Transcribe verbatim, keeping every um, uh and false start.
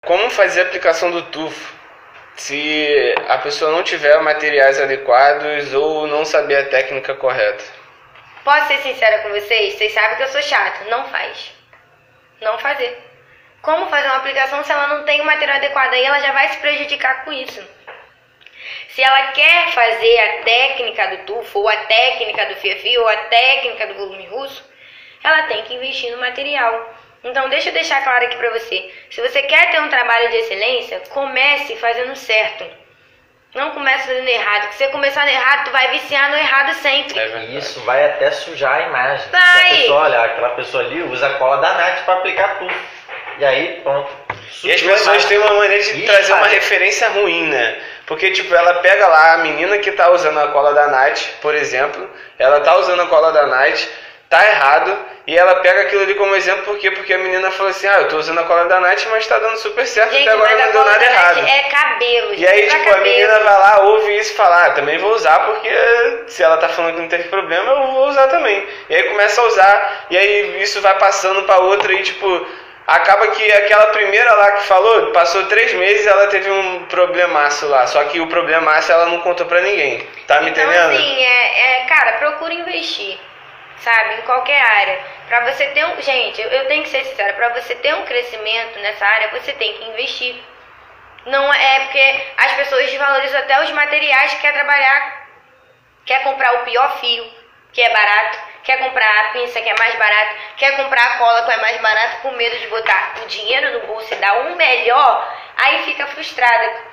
Como fazer a aplicação do tufo se a pessoa não tiver materiais adequados ou não saber a técnica correta? Posso ser sincera com vocês? Vocês sabem que eu sou chata. Não faz. Não fazer. Como fazer uma aplicação se ela não tem o material adequado? Aí ela já vai se prejudicar com isso. Se ela quer fazer a técnica do tufo, ou a técnica do fia-fio, ou a técnica do volume russo, ela tem que investir no material. Então, deixa eu deixar claro aqui pra você. Se você quer ter um trabalho de excelência, comece fazendo certo. Não comece fazendo errado. Se você começar no errado, tu vai viciar no errado sempre. É Isso vai até sujar a imagem. Vai. Se a pessoa, olha, aquela pessoa ali usa a cola da Nath para aplicar tudo. E aí, pronto. E as pessoas têm uma maneira de Ixi, trazer uma cara. referência ruim, né? Porque, tipo, ela pega lá a menina que tá usando a cola da Nath, por exemplo, ela tá usando a cola da Nath, tá errado, e ela pega aquilo ali como exemplo, por quê? Porque a menina falou assim, ah, eu tô usando a cola da Nath, mas tá dando super certo, Gente, até agora mas não a deu cola nada da errado. Nath é cabelo. E aí, gente, tipo, pra a menina cabelo. vai lá, ouve isso e fala, ah, também vou usar, porque se ela tá falando que não teve problema, eu vou usar também. E aí começa a usar, e aí isso vai passando pra outra, e tipo, acaba que aquela primeira lá que falou, passou três meses, ela teve um problemaço lá, só que o problemaço ela não contou pra ninguém. Tá me Então, entendendo? assim, é, é, cara, procura investir, sabe, em qualquer área. Pra você ter um... Gente, eu, eu tenho que ser sincera, pra você ter um crescimento nessa área, você tem que investir. Não é porque as pessoas desvalorizam até os materiais que quer trabalhar. Quer comprar o pior fio, que é barato, quer comprar a pinça, que é mais barato, quer comprar a cola, que é mais barato, com medo de botar o dinheiro no bolso e dar um melhor, aí fica frustrada.